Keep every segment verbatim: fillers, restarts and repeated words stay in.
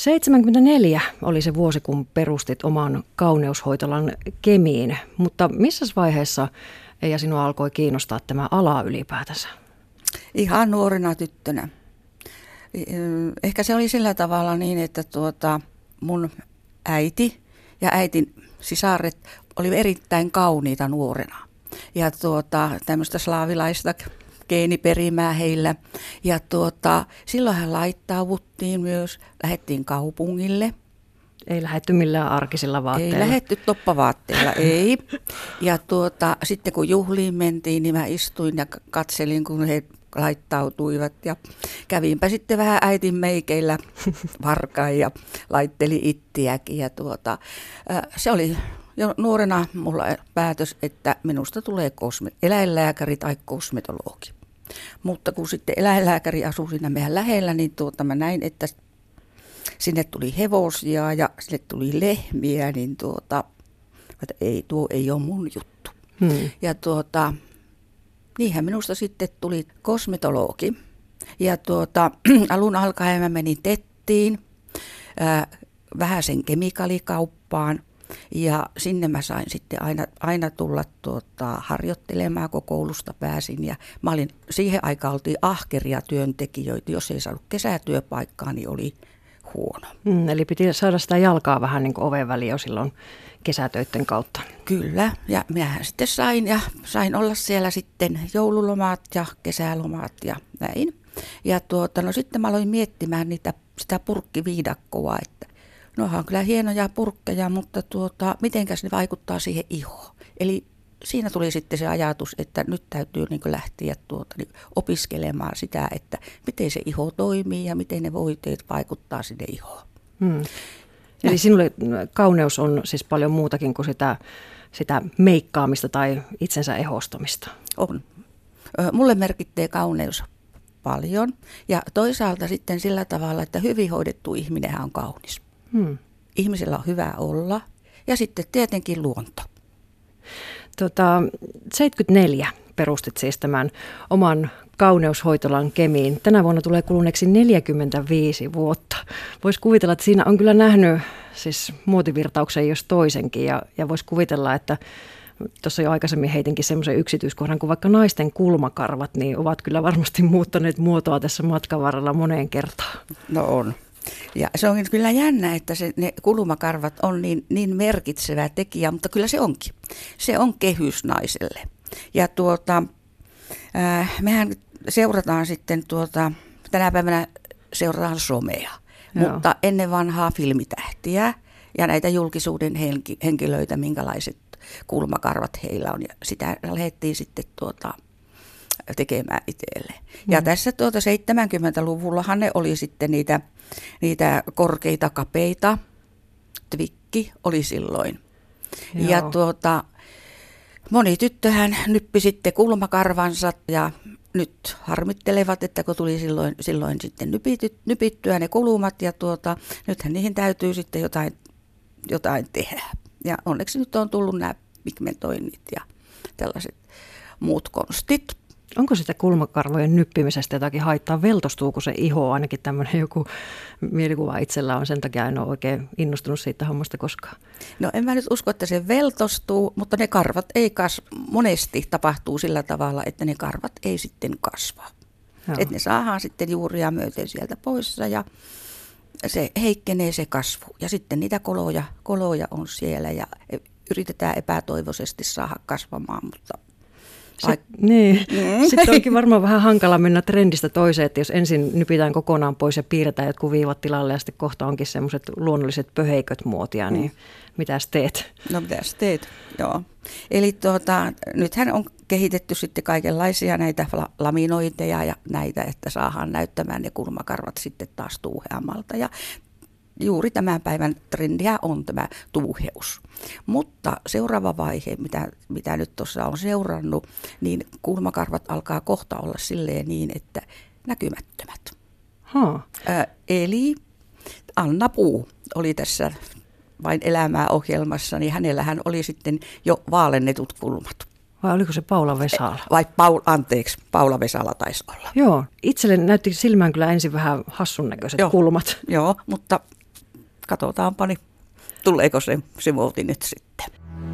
seitsemänkymmentäneljä oli se vuosi, kun perustit oman kauneushoitolan Kemiin, mutta missä vaiheessa Eija sinua alkoi kiinnostaa tämä ala ylipäätänsä? Ihan nuorena tyttönä. Ehkä se oli sillä tavalla niin, että tuota, mun äiti ja äitin sisaret oli erittäin kauniita nuorena. Ja tuota, tämmöistä slaavilaista geeniperimää heillä. Ja tuota, silloinhan laittauduttiin myös, lähdettiin kaupungille. Ei lähdetty millään arkisilla vaatteilla. Ei lähdetty toppavaatteilla, ei. Ja tuota, sitten kun juhliin mentiin, niin mä istuin ja katselin, kun he laittautuivat. Ja kävinpä sitten vähän äitin meikeillä varkain ja laitteli ittiäkin. Ja tuota, se oli jo nuorena mulla päätös, että minusta tulee kosme- eläinlääkäri tai kosmetologi. Mutta kun sitten eläinlääkäri asui siinä meidän lähellä, niin tuota, mä näin, että sinne tuli hevosia ja sinne tuli lehmiä, niin tuota, että ei, tuo ei ole mun juttu. Hmm. Ja tuota, niinhän minusta sitten tuli kosmetologi. Ja tuota, alun alkaen mä menin Tettiin, äh, vähän sen kemikaalikauppaan. Ja sinne mä sain sitten aina, aina tulla tuota, harjoittelemaan, kun koulusta pääsin. Ja mä olin, siihen aikaan oltiin ahkeria työntekijöitä, jos ei saanut kesätyöpaikkaa, niin oli huono. Mm, eli piti saada sitä jalkaa vähän niin kuin oven väliin jo silloin kesätöiden kautta. Kyllä, ja minähän sitten sain, ja sain olla siellä sitten joululomat ja kesälomat ja näin. Ja tuota, no sitten mä aloin miettimään niitä, sitä purkkiviidakkoa, että nohan on kyllä hienoja purkkeja, mutta tuota, mitenkäs ne vaikuttaa siihen ihoon. Eli siinä tuli sitten se ajatus, että nyt täytyy niin kuin lähteä tuota, niin opiskelemaan sitä, että miten se iho toimii ja miten ne voiteet vaikuttaa sinne ihoon. Hmm. Eli sinulle kauneus on siis paljon muutakin kuin sitä, sitä meikkaamista tai itsensä ehostamista. On. Mulle merkittää kauneus paljon ja toisaalta sitten sillä tavalla, että hyvin hoidettu ihminenhän on kaunis. Hmm. Ihmisellä on hyvä olla ja sitten tietenkin luonto. Tota, seitsemänkymmentäneljä perustit siis tämän oman kauneushoitolan Kemiin. Tänä vuonna tulee kuluneeksi neljäkymmentäviisi vuotta. Voisi kuvitella, että siinä on kyllä nähnyt siis muotivirtauksen jos toisenkin ja, ja voisi kuvitella, että tuossa jo aikaisemmin heitinkin semmoisen yksityiskohdan, kun vaikka naisten kulmakarvat, niin ovat kyllä varmasti muuttaneet muotoa tässä matkan varrella moneen kertaan. No on. Ja se on kyllä jännä, että se, ne kulmakarvat on niin, niin merkitsevä tekijä, mutta kyllä se onkin. Se on kehys naiselle. Ja tuota, äh, mehän seurataan sitten, tuota, tänä päivänä seurataan somea, Joo. mutta ennen vanhaa filmitähtiä ja näitä julkisuuden henki, henkilöitä, minkälaiset kulmakarvat heillä on. Ja sitä lähdettiin sitten tuota, tekemään itselle. Mm. Ja tässä tuota seitsemänkymmentäluvullahan ne oli sitten niitä, niitä korkeita kapeita, tvikki oli silloin. Joo. Ja tuota, moni tyttöhän nyppi sitten kulmakarvansa ja nyt harmittelevat, että kun tuli silloin, silloin sitten nypity, nypittyä ne kulmat ja tuota, nythän niihin täytyy sitten jotain, jotain tehdä. Ja onneksi nyt on tullut nämä pigmentoinnit ja tällaiset muut konstit. Onko sitä kulmakarvojen nyppimisestä jotakin haittaa? Veltostuuko se iho? Ainakin tämmöinen joku mielikuva itsellä on, sen takia en ole oikein innostunut siitä hommasta koskaan. No en mä nyt usko, että se veltostuu, mutta ne karvat ei kasva. Monesti tapahtuu sillä tavalla, että ne karvat ei sitten kasva. Että ne saadaan sitten juuria myöten sieltä pois ja se heikkenee se kasvu. Ja sitten niitä koloja, koloja on siellä ja yritetään epätoivoisesti saada kasvamaan, mutta Sit, niin. Mm. Sitten onkin varmaan vähän hankala mennä trendistä toiseen, että jos ensin nypitään kokonaan pois ja piirretään jotkut viivat tilalle ja sitten kohta onkin semmoiset luonnolliset pöheiköt muotia, niin mm. mitäs teet? No mitäs teet, joo. Eli tuota, nythän on kehitetty sitten kaikenlaisia näitä laminointeja ja näitä, että saadaan näyttämään ne kulmakarvat sitten taas tuuheammalta ja juuri tämän päivän trendiä on tämä tuuheus. Mutta seuraava vaihe, mitä, mitä nyt tuossa on seurannut, niin kulmakarvat alkaa kohta olla silleen niin, että näkymättömät. Huh. Ö, eli Anna Puu oli tässä Vain elämää -ohjelmassa, niin hänellähän oli sitten jo vaalennetut kulmat. Vai oliko se Paula Vesala? Vai Paul, anteeksi, Paula Vesala taisi olla. Joo, itselle näytti silmään kyllä ensin vähän hassun näköiset Joo, kulmat. Joo, mutta katsotaanpa, niin tuleeko se, se muoti nyt sitten.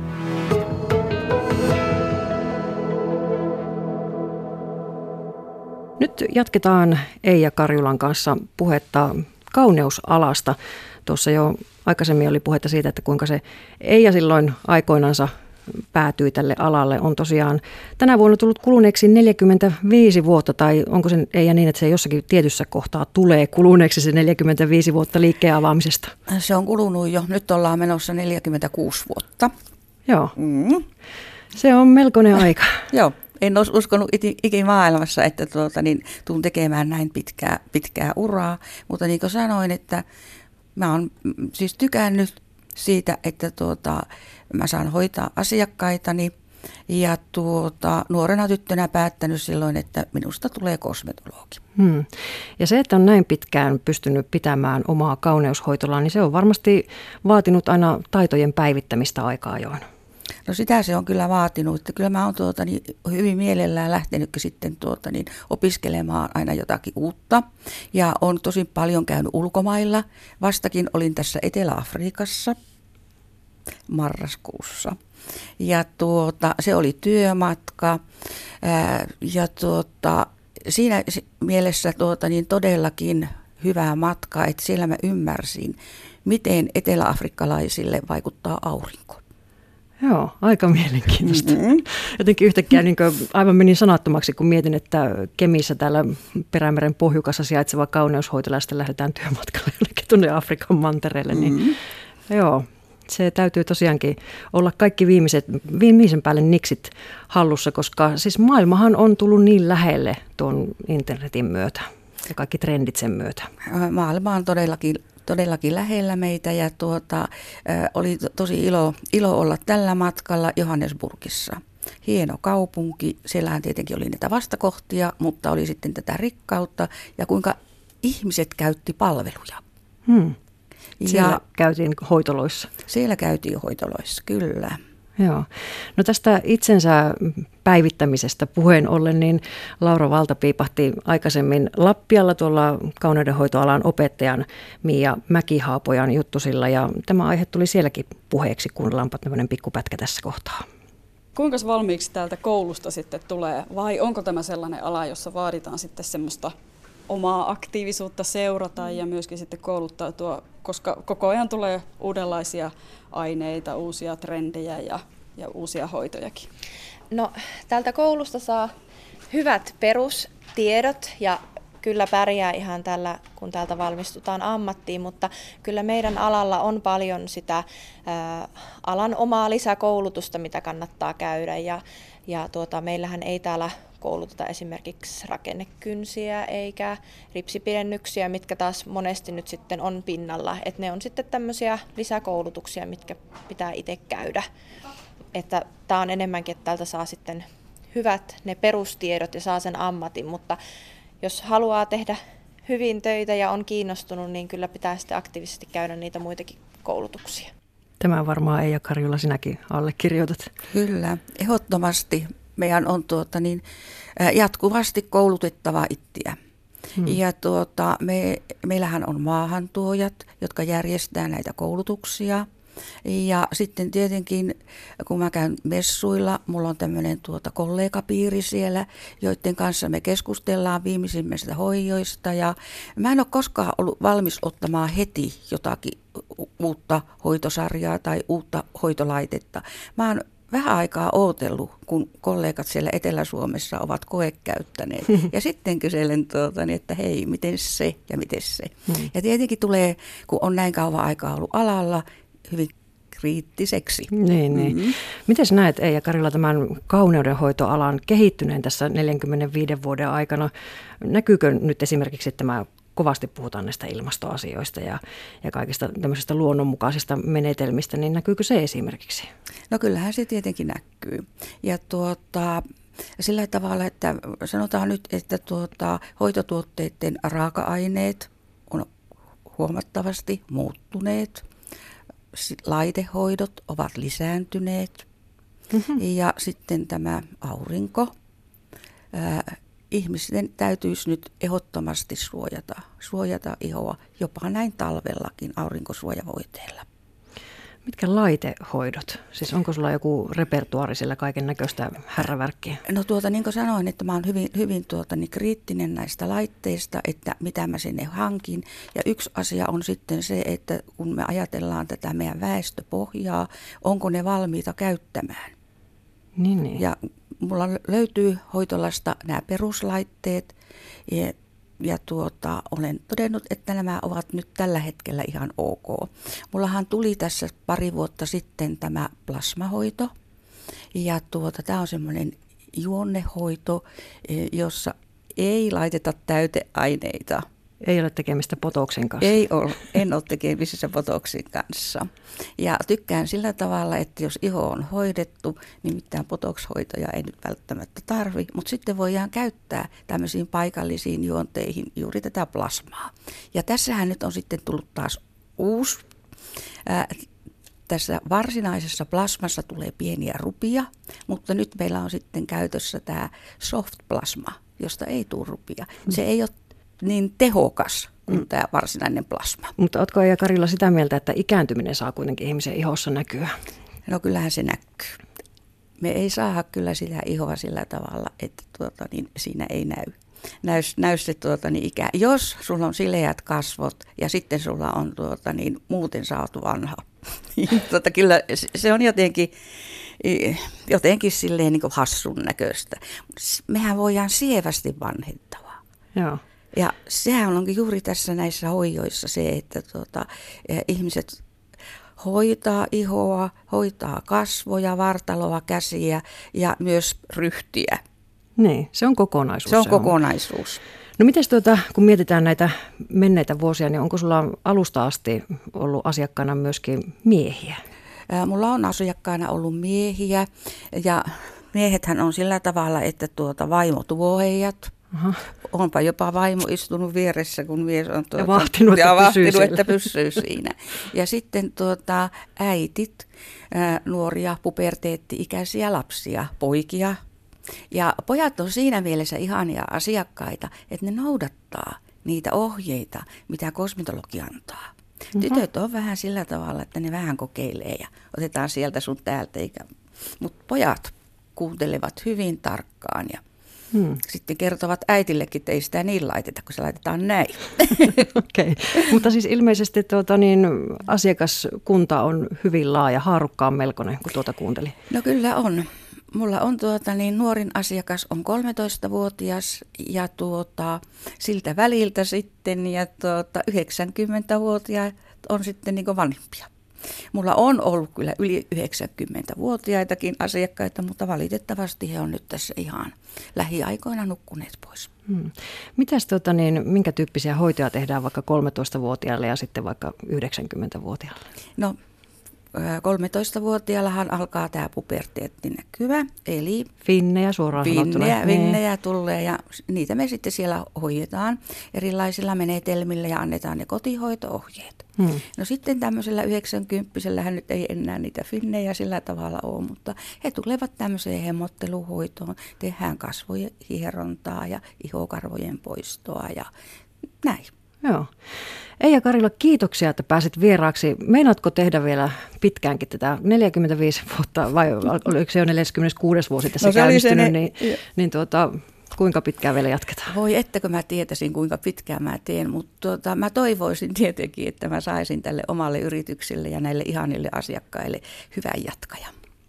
Nyt jatketaan Eija Karjulan kanssa puhetta kauneusalasta. Tuossa jo aikaisemmin oli puhetta siitä, että kuinka se Eija silloin aikoinansa päätyi tälle alalle. On tosiaan tänä vuonna tullut kuluneeksi neljäkymmentäviisi vuotta, tai onko se Eija niin, että se jossakin tietyssä kohtaa tulee kuluneeksi se neljäkymmentäviisi vuotta liikkeen avaamisesta? Se on kulunut jo. Nyt ollaan menossa neljäkymmentäkuusi vuotta. Joo. Mm. Se on melkoinen aika. Joo. En olisi uskonut ikimaailmassa, että tuota, niin, tuun tekemään näin pitkää, pitkää uraa, mutta niin kuin sanoin, että mä oon siis tykännyt siitä, että tuota, mä saan hoitaa asiakkaitani ja tuota, nuorena tyttönä päättänyt silloin, että minusta tulee kosmetologi. Hmm. Ja se, että on näin pitkään pystynyt pitämään omaa kauneushoitolaa, niin se on varmasti vaatinut aina taitojen päivittämistä aika ajoin. No sitä se on kyllä vaatinut, että kyllä mä oon tuota, niin, hyvin mielellään lähtenytkin sitten tuota, niin, opiskelemaan aina jotakin uutta ja on tosi paljon käynyt ulkomailla. Vastakin olin tässä Etelä-Afrikassa marraskuussa ja tuota, se oli työmatka ää, ja tuota, siinä mielessä tuota, niin todellakin hyvää matkaa, että siellä mä ymmärsin, miten eteläafrikkalaisille vaikuttaa aurinko. Joo, aika mielenkiintoista. Mm-hmm. Jotenkin yhtäkkiä niin aivan menin sanattomaksi, kun mietin, että Kemissä täällä Perämeren pohjukassa sijaitseva kauneushoitola, ja sitten lähdetään työmatkalle jollekin tuonne Afrikan mantereelle. Mm-hmm. Niin, joo, se täytyy tosiaankin olla kaikki viimeiset, viimeisen päälle niksit hallussa, koska siis maailmahan on tullut niin lähelle tuon internetin myötä ja kaikki trendit sen myötä. Maailma on todellakin todellakin lähellä meitä ja tuota, oli tosi ilo, ilo olla tällä matkalla Johannesburgissa. Hieno kaupunki, siellähän tietenkin oli niitä vastakohtia, mutta oli sitten tätä rikkautta ja kuinka ihmiset käytti palveluja. Hmm. Siellä ja käytiin hoitoloissa. Siellä käytiin hoitoloissa, kyllä. Joo. No tästä itsensä päivittämisestä puheen ollen, niin Laura Valta piipahti aikaisemmin Lappialla tuolla kauneudenhoitoalan opettajan Miia Mäkihaapojan juttusilla, ja tämä aihe tuli sielläkin puheeksi, kuunnellaanpa tämmöinen pikkupätkä tässä kohtaa. Kuinka valmiiksi täältä koulusta sitten tulee, vai onko tämä sellainen ala, jossa vaaditaan sitten semmoista omaa aktiivisuutta seurata ja myöskin sitten kouluttautua, koska koko ajan tulee uudenlaisia aineita, uusia trendejä ja, ja uusia hoitojakin? No, tältä koulusta saa hyvät perustiedot ja kyllä pärjää ihan tällä, kun täältä valmistutaan ammattiin, mutta kyllä meidän alalla on paljon sitä ää, alan omaa lisäkoulutusta, mitä kannattaa käydä ja, ja tuota, meillähän ei täällä kouluteta esimerkiksi rakennekynsiä eikä ripsipidennyksiä, mitkä taas monesti nyt sitten on pinnalla. Et ne on sitten tämmöisiä lisäkoulutuksia, mitkä pitää itse käydä. Että tämä on enemmänkin, että täältä saa sitten hyvät ne perustiedot ja saa sen ammatin, mutta jos haluaa tehdä hyvin töitä ja on kiinnostunut, niin kyllä pitää sitten aktiivisesti käydä niitä muitakin koulutuksia. Tämä varmaan Eija Karjula sinäkin allekirjoitat. Kyllä, ehdottomasti. Meidän on tuota, niin, jatkuvasti koulutettava itseä. Hmm. Ja tuota, me, meillähän on maahantuojat, jotka järjestää näitä koulutuksia. Ja sitten tietenkin, kun mä käyn messuilla, mulla on tämmöinen tuota kollegapiiri siellä, joiden kanssa me keskustellaan viimeisimmistä hoijoista. Ja mä en ole koskaan ollut valmis ottamaan heti jotakin uutta hoitosarjaa tai uutta hoitolaitetta. Mä oon vähän aikaa odotellut, kun kollegat siellä Etelä-Suomessa ovat koekäyttäneet. Ja sitten kyselen, tuota, niin, että hei, miten se ja miten se. Hmm. Ja tietenkin tulee, kun on näin kauan aikaa ollut alalla, hyvin kriittiseksi. Niin, niin. Mm-hmm. Miten näet, Eija Karjula, tämän kauneudenhoitoalan kehittyneen tässä neljänkymmenenviiden vuoden aikana? Näkyykö nyt esimerkiksi tämä, kovasti puhutaan näistä ilmastoasioista ja, ja kaikista tämmöisistä luonnonmukaisista menetelmistä, niin näkyykö se esimerkiksi? No kyllähän se tietenkin näkyy. Ja tuota, sillä tavalla, että sanotaan nyt, että tuota, hoitotuotteiden raaka-aineet on huomattavasti muuttuneet. Laitehoidot ovat lisääntyneet mm-hmm. ja sitten tämä aurinko ää, ihmisten täytyisi nyt ehdottomasti suojata, suojata ihoa, jopa näin talvellakin aurinkosuojavoiteella. Mitkä laitehoidot? Siis onko sulla joku repertuaari sillä kaiken näköistä härrävärkkiä? No tuota, niin kuin sanoin, että mä oon hyvin, hyvin tuota, niin kriittinen näistä laitteista, että mitä mä sinne hankin. Ja yksi asia on sitten se, että kun me ajatellaan tätä meidän väestöpohjaa, onko ne valmiita käyttämään. Niin, niin. Ja mulla löytyy hoitolasta nämä peruslaitteet ja, ja tuota, olen todennut, että nämä ovat nyt tällä hetkellä ihan ok. Mullahan tuli tässä pari vuotta sitten tämä plasmahoito ja tuota, tämä on semmoinen juonnehoito, jossa ei laiteta täyteaineita. Ei ole tekemistä potoksen kanssa. Ei ole, en ole tekemisissä potoksin kanssa. Ja tykkään sillä tavalla, että jos iho on hoidettu, niin mitään potokshoitoja ei nyt välttämättä tarvi. Mutta sitten voidaan käyttää tämmöisiin paikallisiin juonteihin juuri tätä plasmaa. Ja tässähän nyt on sitten tullut taas uusi. Ää, tässä varsinaisessa plasmassa tulee pieniä rupia, mutta nyt meillä on sitten käytössä tämä soft plasma, josta ei tule rupia. Se ei ole niin tehokas kuin mm. tämä varsinainen plasma. Mutta ootko Eija Karila sitä mieltä, että ikääntyminen saa kuitenkin ihmisen ihossa näkyä? No kyllähän se näkyy. Me ei saada kyllä sitä ihoa sillä tavalla, että tuota, niin siinä ei näy. Näy, näy se tuota, niin ikä. Jos sulla on sileät kasvot ja sitten sulla on tuota, niin muuten saatu vanha, niin tuota, kyllä se on jotenkin, jotenkin silleen niin kuin hassun näköistä. Mehän voidaan sievästi vanhentaa. Joo. Ja sehän onkin juuri tässä näissä hoijoissa se, että tuota, ihmiset hoitaa ihoa, hoitaa kasvoja, vartaloa, käsiä ja myös ryhtiä. Niin, se on kokonaisuus. Se on se kokonaisuus. On. No mites tuota, kun mietitään näitä menneitä vuosia, niin onko sulla alusta asti ollut asiakkaana myöskin miehiä? Ää, mulla on asiakkaana ollut miehiä ja miehethän on sillä tavalla, että tuota vaimo tuo heidät. Aha. Onpa jopa vaimo istunut vieressä, kun mies on tuota, ja vahtinut, ja että, vahtinut pysyy että pysyy siinä. Ja sitten tuota, äitit, ää, nuoria puberteetti-ikäisiä lapsia, poikia. Ja pojat on siinä mielessä ihania asiakkaita, että ne noudattaa niitä ohjeita, mitä kosmetologi antaa. Mm-hmm. Tytöt on vähän sillä tavalla, että ne vähän kokeilee ja otetaan sieltä sun täältä. Mutta pojat kuuntelevat hyvin tarkkaan ja Hmm. sitten kertovat äitillekin, että ei sitä niin laiteta, kun se laitetaan näin. Okei, okay. Mutta siis ilmeisesti tuota, niin, asiakaskunta on hyvin laaja, haarukka on melkoinen, kun tuota kuuntelin. No kyllä on. Mulla on tuota, niin nuorin asiakas on kolmetoistavuotias ja tuota, siltä väliltä sitten ja tuota, yhdeksänkymmentävuotiaat on sitten niin kuin vanhimpia. Mulla on ollut kyllä yli yhdeksänkymmentävuotiaitakin asiakkaita, mutta valitettavasti he on nyt tässä ihan lähiaikoina nukkuneet pois. Hmm. Mitäs tota, niin, minkä tyyppisiä hoitoja tehdään vaikka kolmetoistavuotiaille ja sitten vaikka yhdeksänkymmentävuotiaille? No kolmetoistavuotiaallahan alkaa tämä puberteetti näkyvä, eli finnejä suoraan sanottuna. Finnejä, finnejä tulee ja niitä me sitten siellä hoidetaan erilaisilla menetelmillä ja annetaan ne kotihoito-ohjeet. Hmm. No sitten tämmöisellä yhdeksänkymppisellähän nyt ei enää niitä finnejä sillä tavalla ole, mutta he tulevat tämmöiseen hemmotteluhoitoon, tehdään kasvojen hierontaa ja ihokarvojen poistoa ja näin. Joo. Eija Karila, kiitoksia, että pääsit vieraaksi. Meinaatko tehdä vielä pitkäänkin tätä neljäkymmentäviisi vuotta, vai oliko se jo neljäskymmeneskuudes vuosi tässä no, käynnistynyt, ne, niin, niin tuota, kuinka pitkään vielä jatketaan? Voi ettäkö mä tietäisin, kuinka pitkään mä teen, mutta tuota, mä toivoisin tietenkin, että mä saisin tälle omalle yritykselle ja näille ihanille asiakkaille hyvän jatkajan.